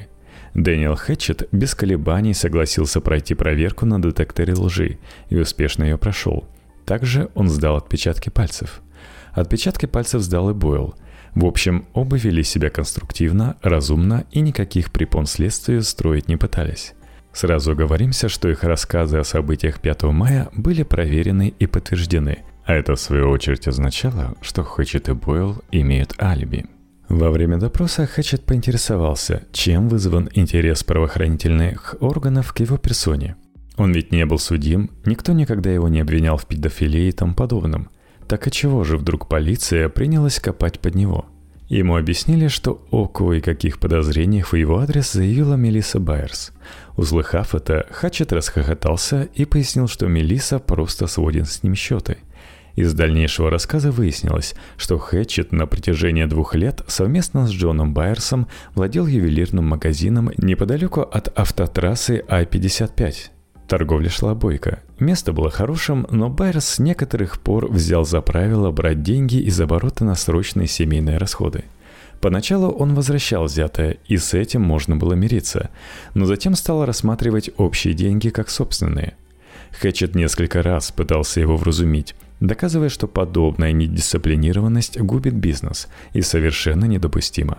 Дэниел Хэтчет без колебаний согласился пройти проверку на детекторе лжи и успешно ее прошел. Также он сдал отпечатки пальцев. Отпечатки пальцев сдал и Бойл. В общем, оба вели себя конструктивно, разумно и никаких препон следствию строить не пытались. Сразу оговоримся, что их рассказы о событиях пятого мая были проверены и подтверждены, а это в свою очередь означало, что Хэтчет и Бойл имеют алиби. Во время допроса Хэтчет поинтересовался, чем вызван интерес правоохранительных органов к его персоне. Он ведь не был судим, никто никогда его не обвинял в педофилии и тому подобном. Так отчего же вдруг полиция принялась копать под него? Ему объяснили, что о кое-каких подозрениях в его адрес заявила Мелисса Байерс. Услыхав это, Хэтчет расхохотался и пояснил, что Мелисса просто сводит с ним счеты. Из дальнейшего рассказа выяснилось, что Хэтчет на протяжении двух лет совместно с Джоном Байерсом владел ювелирным магазином неподалеку от автотрассы А пятьдесят пять. Торговля шла бойко. Место было хорошим, но Байерс с некоторых пор взял за правило брать деньги из оборота на срочные семейные расходы. Поначалу он возвращал взятое, и с этим можно было мириться, но затем стал рассматривать общие деньги как собственные. Хэтчет несколько раз пытался его вразумить, доказывая, что подобная недисциплинированность губит бизнес и совершенно недопустима.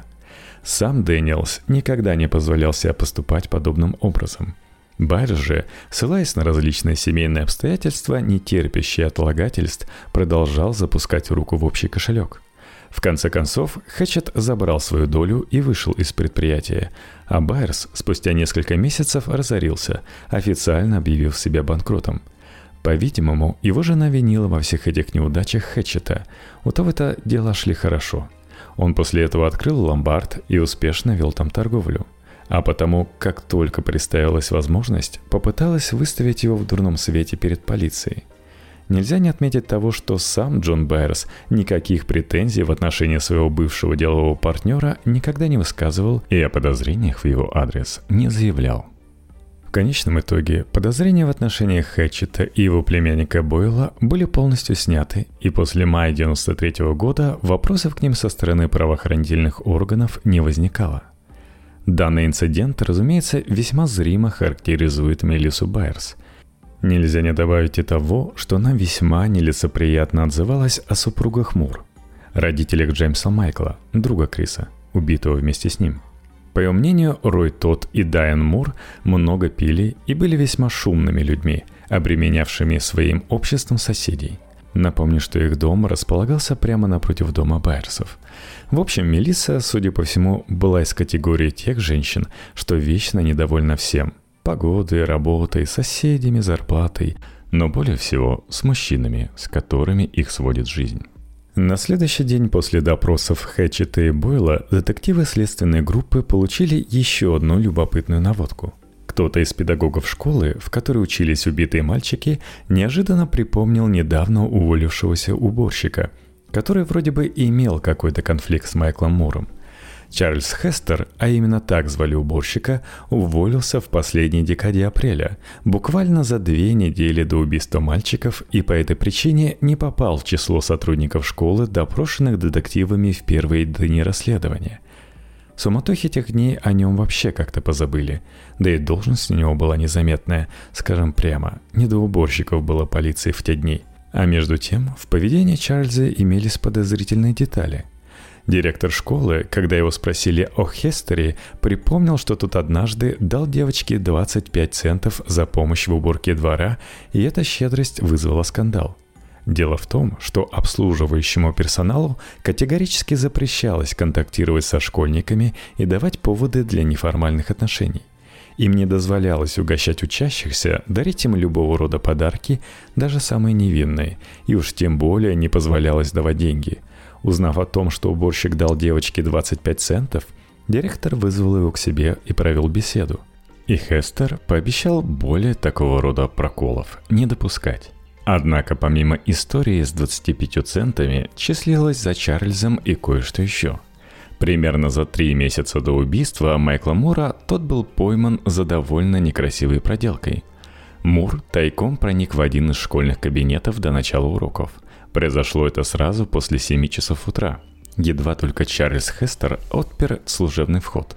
Сам Дэниелс никогда не позволял себе поступать подобным образом. Байерс же, ссылаясь на различные семейные обстоятельства, не терпящие отлагательств, продолжал запускать руку в общий кошелек. В конце концов, Хэтчет забрал свою долю и вышел из предприятия, а Байерс спустя несколько месяцев разорился, официально объявив себя банкротом. По-видимому, его жена винила во всех этих неудачах Хэтчета. У того-то дела шли хорошо. Он после этого открыл ломбард и успешно вел там торговлю. А потому, как только представилась возможность, попыталась выставить его в дурном свете перед полицией. Нельзя не отметить того, что сам Джон Байерс никаких претензий в отношении своего бывшего делового партнера никогда не высказывал и о подозрениях в его адрес не заявлял. В конечном итоге подозрения в отношении Хэтчета и его племянника Бойла были полностью сняты, и после мая девяносто третьего года вопросов к ним со стороны правоохранительных органов не возникало. Данный инцидент, разумеется, весьма зримо характеризует Мелиссу Байерс. Нельзя не добавить и того, что она весьма нелицеприятно отзывалась о супругах Мур, родителях Джеймса Майкла, друга Криса, убитого вместе с ним. По ее мнению, Рой Тодд и Дайан Мур много пили и были весьма шумными людьми, обременявшими своим обществом соседей. Напомню, что их дом располагался прямо напротив дома Байерсов. В общем, Мелисса, судя по всему, была из категории тех женщин, что вечно недовольна всем – погодой, работой, соседями, зарплатой, но более всего с мужчинами, с которыми их сводит жизнь. На следующий день после допросов Хэтчета и Бойла детективы следственной группы получили еще одну любопытную наводку. Кто-то из педагогов школы, в которой учились убитые мальчики, неожиданно припомнил недавно уволившегося уборщика, который вроде бы и имел какой-то конфликт с Майклом Муром. Чарльз Хестер, а именно так звали уборщика, уволился в последней декаде апреля, буквально за две недели до убийства мальчиков, и по этой причине не попал в число сотрудников школы, допрошенных детективами в первые дни расследования. В суматохе тех дней о нем вообще как-то позабыли, да и должность у него была незаметная, скажем прямо, не до уборщиков было полиции в те дни. А между тем, в поведении Чарльза имелись подозрительные детали. Директор школы, когда его спросили о Хестере, припомнил, что тот однажды дал девочке двадцать пять центов за помощь в уборке двора, и эта щедрость вызвала скандал. Дело в том, что обслуживающему персоналу категорически запрещалось контактировать со школьниками и давать поводы для неформальных отношений. Им не дозволялось угощать учащихся, дарить им любого рода подарки, даже самые невинные, и уж тем более не позволялось давать деньги. Узнав о том, что уборщик дал девочке двадцать пять центов, директор вызвал его к себе и провел беседу. И Хестер пообещал более такого рода проколов не допускать. Однако помимо истории с двадцатью пятью центами числилось за Чарльзом и кое-что еще. Примерно за три месяца до убийства Майкла Мура тот был пойман за довольно некрасивой проделкой. Мур тайком проник в один из школьных кабинетов до начала уроков. Произошло это сразу после семи часов утра. Едва только Чарльз Хестер отпер служебный вход.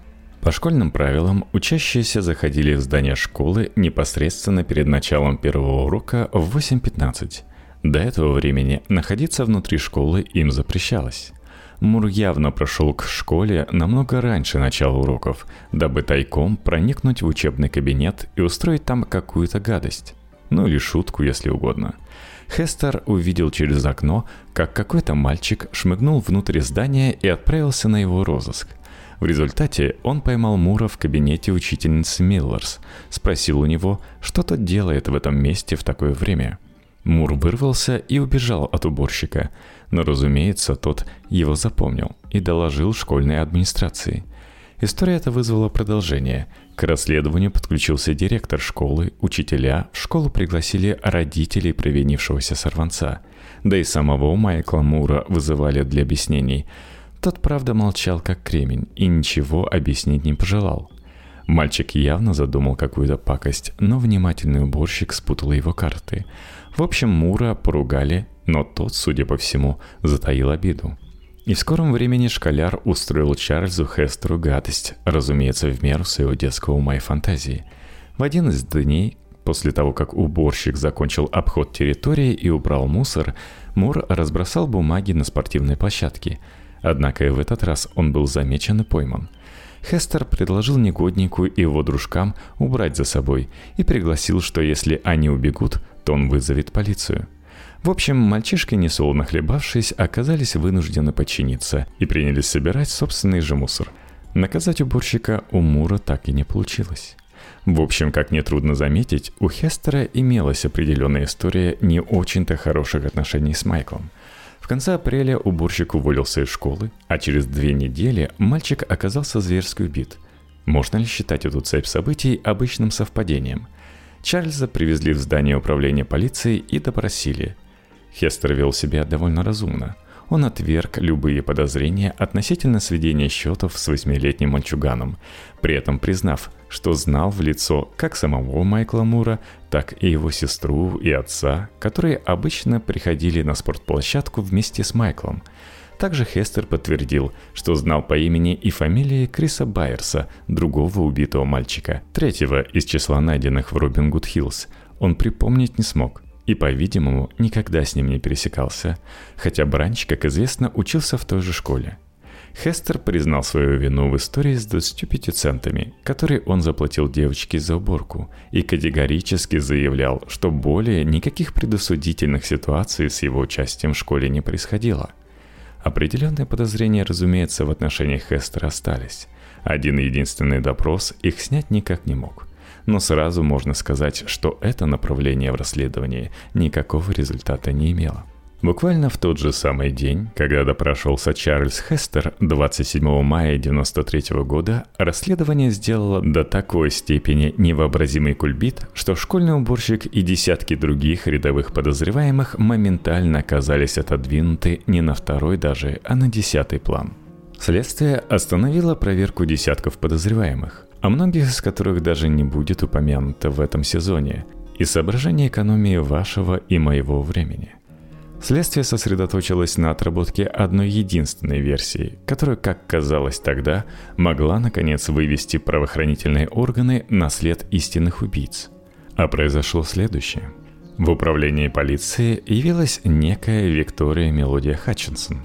По школьным правилам, учащиеся заходили в здание школы непосредственно перед началом первого урока в восемь пятнадцать. До этого времени находиться внутри школы им запрещалось. Мур явно прошел к школе намного раньше начала уроков, дабы тайком проникнуть в учебный кабинет и устроить там какую-то гадость. Ну или шутку, если угодно. Хестер увидел через окно, как какой-то мальчик шмыгнул внутрь здания и отправился на его розыск. В результате он поймал Мура в кабинете учительницы Миллерс, спросил у него, что тот делает в этом месте в такое время. Мур вырвался и убежал от уборщика, но, разумеется, тот его запомнил и доложил школьной администрации. История эта вызвала продолжение. К расследованию подключился директор школы, учителя, в школу пригласили родителей провинившегося сорванца. Да и самого Майкла Мура вызывали для объяснений. Тот, правда, молчал как кремень и ничего объяснить не пожелал. Мальчик явно задумал какую-то пакость, но внимательный уборщик спутал его карты. В общем, Мура поругали, но тот, судя по всему, затаил обиду. И в скором времени школяр устроил Чарльзу Хестеру гадость, разумеется, в меру своего детского ума и фантазии. В один из дней, после того, как уборщик закончил обход территории и убрал мусор, Мур разбросал бумаги на спортивной площадке. Однако и в этот раз он был замечен и пойман. Хестер предложил негоднику и его дружкам убрать за собой и пригласил, что если они убегут, то он вызовет полицию. В общем, мальчишки, несолоно хлебавшись, оказались вынуждены подчиниться и принялись собирать собственный же мусор. Наказать уборщика у Мура так и не получилось. В общем, как нетрудно заметить, у Хестера имелась определенная история не очень-то хороших отношений с Майклом. В конце апреля уборщик уволился из школы, а через две недели мальчик оказался зверски убит. Можно ли считать эту цепь событий обычным совпадением? Чарльза привезли в здание управления полиции и допросили. Хестер вел себя довольно разумно. Он отверг любые подозрения относительно сведения счетов с восьмилетним мальчуганом, при этом признав, что знал в лицо как самого Майкла Мура, так и его сестру и отца, которые обычно приходили на спортплощадку вместе с Майклом. Также Хестер подтвердил, что знал по имени и фамилии Криса Байерса, другого убитого мальчика, третьего из числа найденных в Робин-Гуд-Хиллз. Он припомнить не смог и, по-видимому, никогда с ним не пересекался, хотя Бранч, как известно, учился в той же школе. Хестер признал свою вину в истории с двадцатью пятью центами, которые он заплатил девочке за уборку, и категорически заявлял, что более никаких предосудительных ситуаций с его участием в школе не происходило. Определенные подозрения, разумеется, в отношении Хестера остались. Один единственный допрос их снять никак не мог. Но сразу можно сказать, что это направление в расследовании никакого результата не имело. Буквально в тот же самый день, когда допрашивался Чарльз Хестер, двадцать седьмого мая девяносто третьего года, расследование сделало до такой степени невообразимый кульбит, что школьный уборщик и десятки других рядовых подозреваемых моментально оказались отодвинуты не на второй даже, а на десятый план. Следствие остановило проверку десятков подозреваемых, о многих из которых даже не будет упомянуто в этом сезоне, из соображения экономии вашего и моего времени. Следствие сосредоточилось на отработке одной единственной версии, которая, как казалось тогда, могла наконец вывести правоохранительные органы на след истинных убийц. А произошло следующее. В управлении полиции явилась некая Виктория Мелодия Хатчинсон.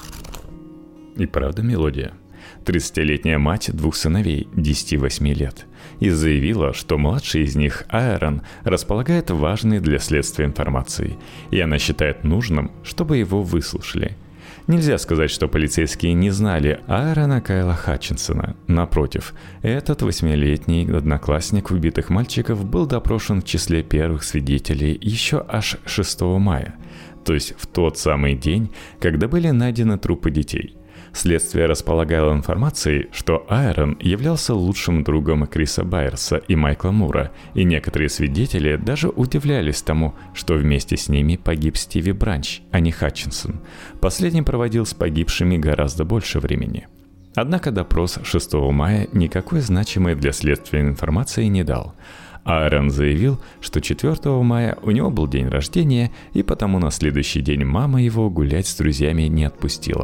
И правда Мелодия. тридцатилетняя мать двух сыновей, десяти и восьми лет, и заявила, что младший из них, Аарон, располагает важной для следствия информацией, и она считает нужным, чтобы его выслушали. Нельзя сказать, что полицейские не знали Аарона Кайла Хатчинсона. Напротив, этот восьмилетний одноклассник убитых мальчиков был допрошен в числе первых свидетелей еще аж шестого мая, то есть в тот самый день, когда были найдены трупы детей. Следствие располагало информацией, что Аарон являлся лучшим другом Криса Байерса и Майкла Мура, и некоторые свидетели даже удивлялись тому, что вместе с ними погиб Стиви Бранч, а не Хатчинсон. Последний проводил с погибшими гораздо больше времени. Однако допрос шестого мая никакой значимой для следствия информации не дал. Аарон заявил, что четвёртого мая у него был день рождения, и потому на следующий день мама его гулять с друзьями не отпустила.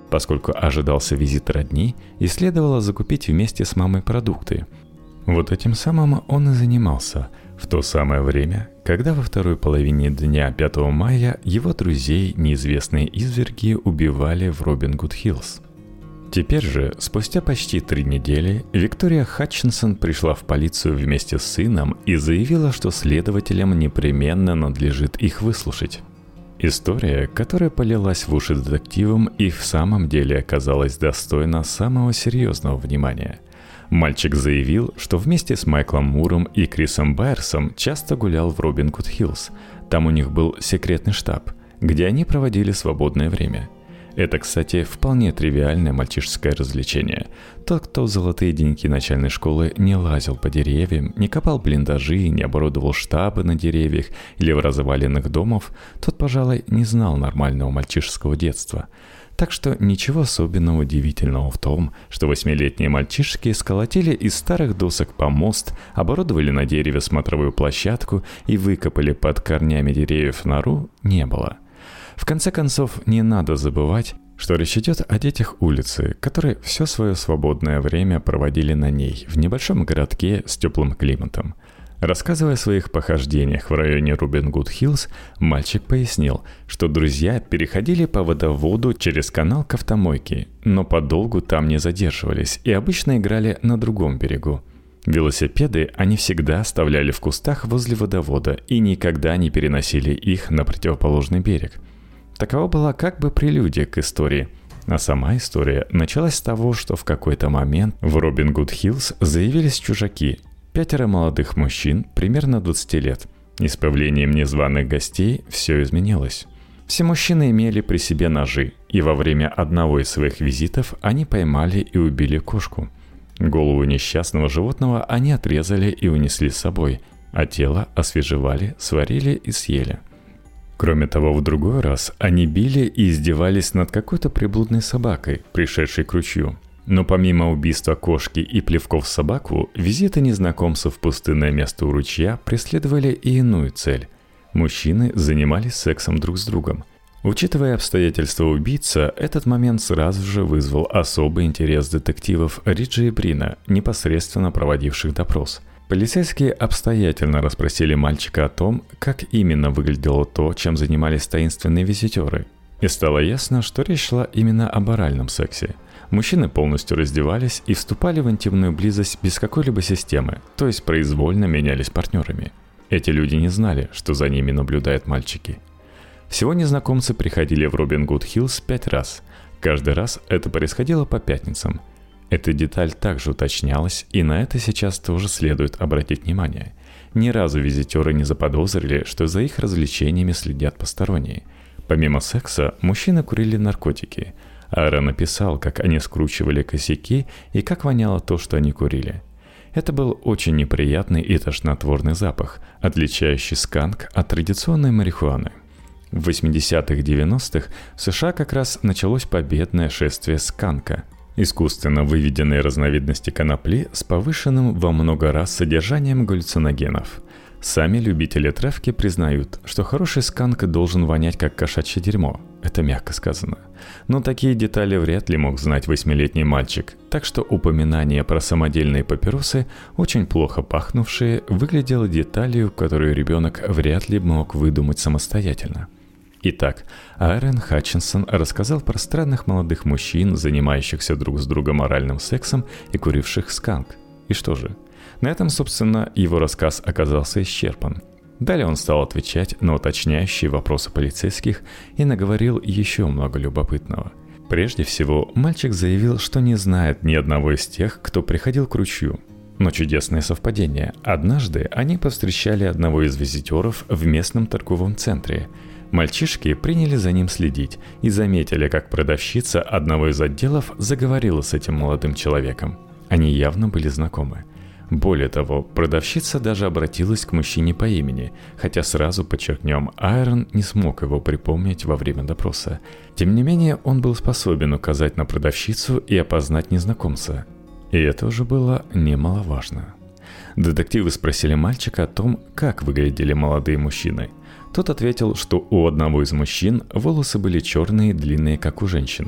поскольку ожидался визит родни и следовало закупить вместе с мамой продукты. Вот этим самым он и занимался в то самое время, когда во второй половине дня пятого мая его друзей неизвестные изверги убивали в Робин-Гуд-Хиллз. Теперь же, спустя почти три недели, Виктория Хатчинсон пришла в полицию вместе с сыном и заявила, что следователям непременно надлежит их выслушать. История, которая полилась в уши детективам, и в самом деле оказалась достойна самого серьезного внимания. Мальчик заявил, что вместе с Майклом Муром и Крисом Байерсом часто гулял в Робин-Гуд-Хиллз. Там у них был секретный штаб, где они проводили свободное время. Это, кстати, вполне тривиальное мальчишеское развлечение. Тот, кто в золотые деньги начальной школы не лазил по деревьям, не копал блиндажи, не оборудовал штабы на деревьях или в развалинах домов, тот, пожалуй, не знал нормального мальчишеского детства. Так что ничего особенно удивительного в том, что восьмилетние мальчишки сколотили из старых досок помост, оборудовали на дереве смотровую площадку и выкопали под корнями деревьев нору, не было. В конце концов, не надо забывать, что речь идет о детях улицы, которые все свое свободное время проводили на ней, в небольшом городке с теплым климатом. Рассказывая о своих похождениях в районе Робин-Гуд-Хиллз, мальчик пояснил, что друзья переходили по водоводу через канал к автомойке, но подолгу там не задерживались и обычно играли на другом берегу. Велосипеды они всегда оставляли в кустах возле водовода и никогда не переносили их на противоположный берег. Такова была как бы прелюдия к истории. А сама история началась с того, что в какой-то момент в Робин-Гуд-Хиллз заявились чужаки, пятеро молодых мужчин примерно двадцати лет. И с появлением незваных гостей все изменилось. Все мужчины имели при себе ножи, и во время одного из своих визитов они поймали и убили кошку. Голову несчастного животного они отрезали и унесли с собой, а тело освежевали, сварили и съели. Кроме того, в другой раз они били и издевались над какой-то приблудной собакой, пришедшей к ручью. Но помимо убийства кошки и плевков в собаку, визиты незнакомцев в пустынное место у ручья преследовали и иную цель. Мужчины занимались сексом друг с другом. Учитывая обстоятельства убийцы, этот момент сразу же вызвал особый интерес детективов Риджи и Брина, непосредственно проводивших допрос. Полицейские обстоятельно расспросили мальчика о том, как именно выглядело то, чем занимались таинственные визитеры. И стало ясно, что речь шла именно об оральном сексе. Мужчины полностью раздевались и вступали в интимную близость без какой-либо системы, то есть произвольно менялись партнерами. Эти люди не знали, что за ними наблюдают мальчики. Всего незнакомцы приходили в Робин-Гуд-Хиллз пять раз. Каждый раз это происходило по пятницам. Эта деталь также уточнялась, и на это сейчас тоже следует обратить внимание. Ни разу визитеры не заподозрили, что за их развлечениями следят посторонние. Помимо секса, мужчины курили наркотики. Аарон написал, как они скручивали косяки и как воняло то, что они курили. Это был очень неприятный и тошнотворный запах, отличающий сканк от традиционной марихуаны. В восьмидесятых-девяностых в США как раз началось победное шествие сканка – искусственно выведенные разновидности конопли с повышенным во много раз содержанием галлюциногенов. Сами любители травки признают, что хороший сканк должен вонять как кошачье дерьмо. Это мягко сказано. Но такие детали вряд ли мог знать восьмилетний мальчик, так что упоминание про самодельные папиросы, очень плохо пахнувшие, выглядело деталью, которую ребенок вряд ли мог выдумать самостоятельно. Итак, Аарон Хатчинсон рассказал про странных молодых мужчин, занимающихся друг с другом оральным сексом и куривших сканк. И что же? На этом, собственно, его рассказ оказался исчерпан. Далее он стал отвечать на уточняющие вопросы полицейских и наговорил еще много любопытного. Прежде всего, мальчик заявил, что не знает ни одного из тех, кто приходил к ручью. Но чудесное совпадение. Однажды они повстречали одного из визитеров в местном торговом центре. Мальчишки приняли за ним следить и заметили, как продавщица одного из отделов заговорила с этим молодым человеком. Они явно были знакомы. Более того, продавщица даже обратилась к мужчине по имени, хотя сразу подчеркнем, Аарон не смог его припомнить во время допроса. Тем не менее, он был способен указать на продавщицу и опознать незнакомца. И это уже было немаловажно. Детективы спросили мальчика о том, как выглядели молодые мужчины. Тот ответил, что у одного из мужчин волосы были черные, длинные, как у женщины.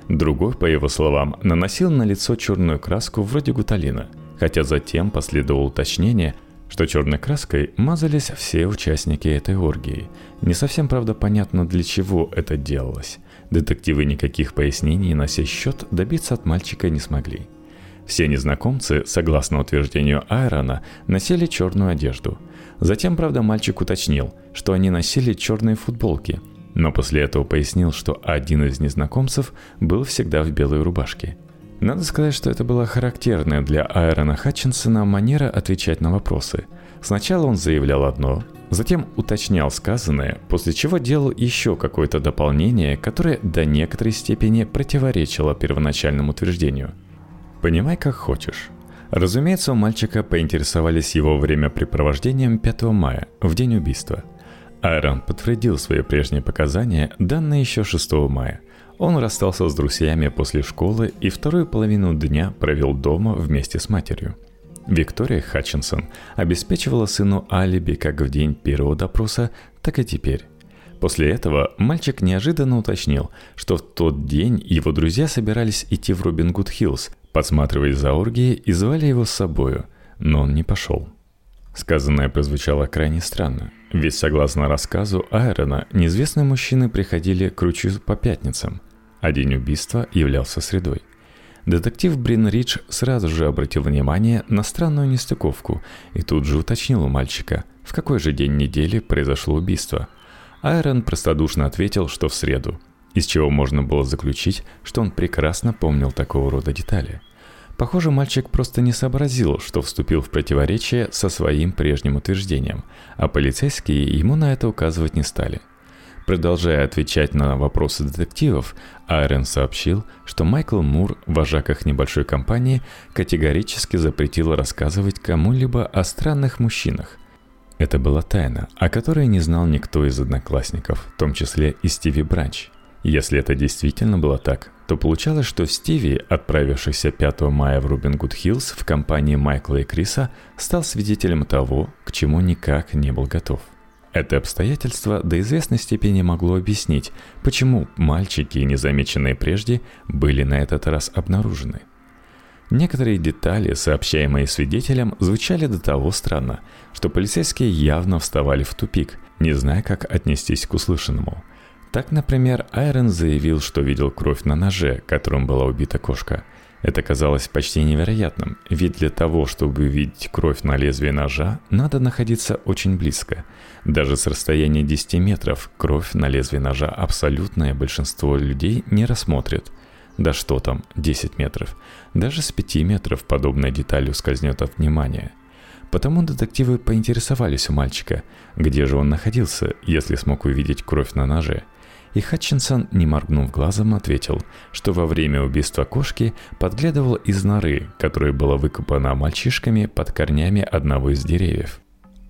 Другой, по его словам, наносил на лицо черную краску вроде гуталина, хотя затем последовало уточнение, что черной краской мазались все участники этой оргии. Не совсем, правда, понятно, для чего это делалось. Детективы никаких пояснений на сей счет добиться от мальчика не смогли. Все незнакомцы, согласно утверждению Айрона, носили черную одежду. Затем, правда, мальчик уточнил, что они носили черные футболки, но после этого пояснил, что один из незнакомцев был всегда в белой рубашке. Надо сказать, что это была характерная для Айрона Хатчинсона манера отвечать на вопросы. Сначала он заявлял одно, затем уточнял сказанное, после чего делал еще какое-то дополнение, которое до некоторой степени противоречило первоначальному утверждению. Понимай, как хочешь. Разумеется, у мальчика поинтересовались его времяпрепровождением пятого мая, в день убийства. Айрон подтвердил свои прежние показания, данные еще шестого мая. Он расстался с друзьями после школы и вторую половину дня провел дома вместе с матерью. Виктория Хатчинсон обеспечивала сыну алиби как в день первого допроса, так и теперь. После этого мальчик неожиданно уточнил, что в тот день его друзья собирались идти в Робин Гуд Хиллз, подсматривать за оргией и звали его с собою, но он не пошел. Сказанное прозвучало крайне странно, ведь согласно рассказу Айрона, неизвестные мужчины приходили к ручью по пятницам, а день убийства являлся средой. Детектив Брин Ридж сразу же обратил внимание на странную нестыковку и тут же уточнил у мальчика, в какой же день недели произошло убийство. Айрон простодушно ответил, что в среду, из чего можно было заключить, что он прекрасно помнил такого рода детали. Похоже, мальчик просто не сообразил, что вступил в противоречие со своим прежним утверждением, а полицейские ему на это указывать не стали. Продолжая отвечать на вопросы детективов, Айрон сообщил, что Майкл Мур, вожак их небольшой компании, категорически запретил рассказывать кому-либо о странных мужчинах. Это была тайна, о которой не знал никто из одноклассников, в том числе и Стиви Бранч. Если это действительно было так, то получалось, что Стиви, отправившийся пятого мая в Робин Гуд Хиллз в компании Майкла и Криса, стал свидетелем того, к чему никак не был готов. Это обстоятельство до известной степени могло объяснить, почему мальчики, незамеченные прежде, были на этот раз обнаружены. Некоторые детали, сообщаемые свидетелям, звучали до того странно, что полицейские явно вставали в тупик, не зная, как отнестись к услышанному. Так, например, Айрон заявил, что видел кровь на ноже, которым была убита кошка. Это казалось почти невероятным, ведь для того, чтобы увидеть кровь на лезвии ножа, надо находиться очень близко. Даже с расстояния десяти метров кровь на лезвии ножа абсолютное большинство людей не рассмотрит. Да что там, десять метров. Даже с пяти метров подобная деталь ускользнет от внимания. Потому детективы поинтересовались у мальчика, где же он находился, если смог увидеть кровь на ноже. И Хатчинсон, не моргнув глазом, ответил, что во время убийства кошки подглядывал из норы, которая была выкопана мальчишками под корнями одного из деревьев.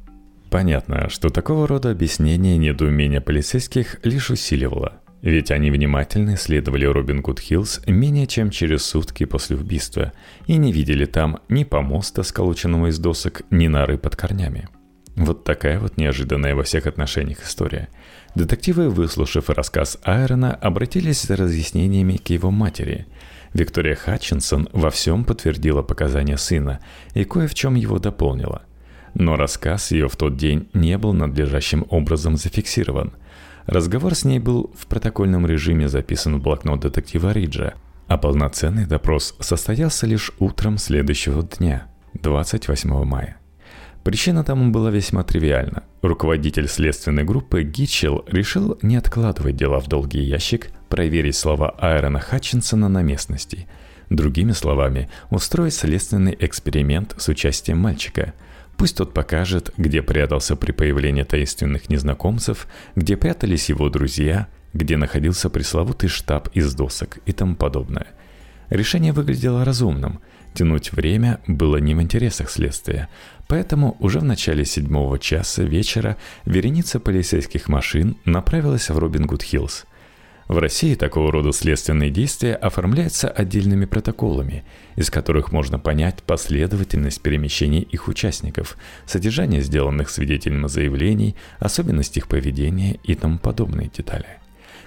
Понятно, что такого рода объяснение недоумения полицейских лишь усиливало, ведь они внимательно исследовали Робин Гуд Хиллз менее чем через сутки после убийства и не видели там ни помоста, сколоченного из досок, ни норы под корнями. Вот такая вот неожиданная во всех отношениях история. Детективы, выслушав рассказ Айрона, обратились за разъяснениями к его матери. Виктория Хатчинсон во всем подтвердила показания сына и кое в чем его дополнила. Но рассказ ее в тот день не был надлежащим образом зафиксирован. Разговор с ней был в протокольном режиме записан в блокнот детектива Риджа, а полноценный допрос состоялся лишь утром следующего дня, двадцать восьмого мая. Причина тому была весьма тривиальна. Руководитель следственной группы Гитчелл решил не откладывать дела в долгий ящик, проверить слова Айрона Хатчинсона на местности. Другими словами, устроить следственный эксперимент с участием мальчика. Пусть тот покажет, где прятался при появлении таинственных незнакомцев, где прятались его друзья, где находился пресловутый штаб из досок и тому подобное. Решение выглядело разумным. Тянуть время было не в интересах следствия, поэтому уже в начале седьмого часа вечера вереница полицейских машин направилась в Робин Гуд Хиллз. В России такого рода следственные действия оформляются отдельными протоколами, из которых можно понять последовательность перемещений их участников, содержание сделанных свидетелем заявлений, особенности их поведения и тому подобные детали.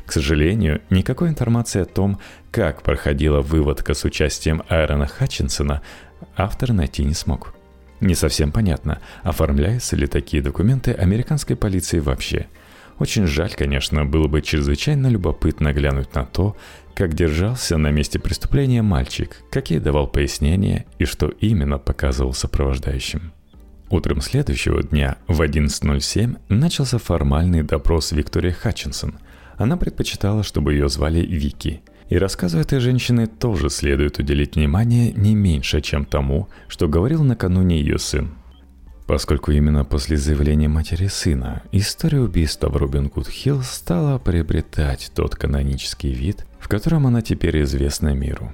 К сожалению, никакой информации о том, как проходила выводка с участием Айрона Хатчинсона, автор найти не смог. Не совсем понятно, оформляются ли такие документы американской полицией вообще. Очень жаль, конечно, было бы чрезвычайно любопытно глянуть на то, как держался на месте преступления мальчик, какие давал пояснения и что именно показывал сопровождающим. Утром следующего дня в одиннадцать ноль семь начался формальный допрос Виктории Хатчинсон. Она предпочитала, чтобы ее звали Вики. И рассказу этой женщины тоже следует уделить внимание не меньше, чем тому, что говорил накануне ее сын. Поскольку именно после заявления матери сына история убийства в Робин-Гуд-Хилл стала приобретать тот канонический вид, в котором она теперь известна миру.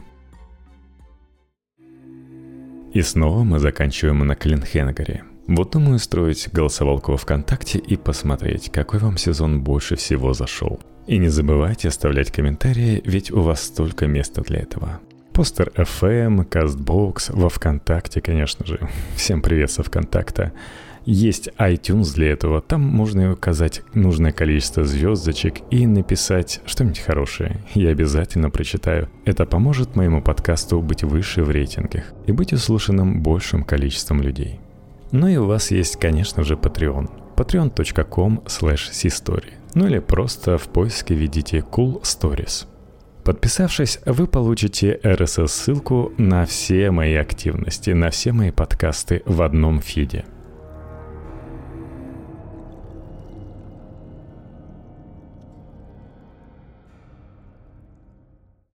И снова мы заканчиваем на Клинхенгаре. Вот думаю устроить голосовалку во ВКонтакте и посмотреть, какой вам сезон больше всего зашел. И не забывайте оставлять комментарии, ведь у вас столько места для этого. Постер эф эм, Кастбокс, во ВКонтакте, конечно же. Всем привет со ВКонтакта. Есть iTunes для этого, там можно указать нужное количество звездочек и написать что-нибудь хорошее. Я обязательно прочитаю. Это поможет моему подкасту быть выше в рейтингах и быть услышанным большим количеством людей. Ну и у вас есть, конечно же, Patreon. patreon точка ком слэш систори. Ну или просто в поиске введите Cool Stories. Подписавшись, вы получите эр эс эс-ссылку на все мои активности, на все мои подкасты в одном фиде.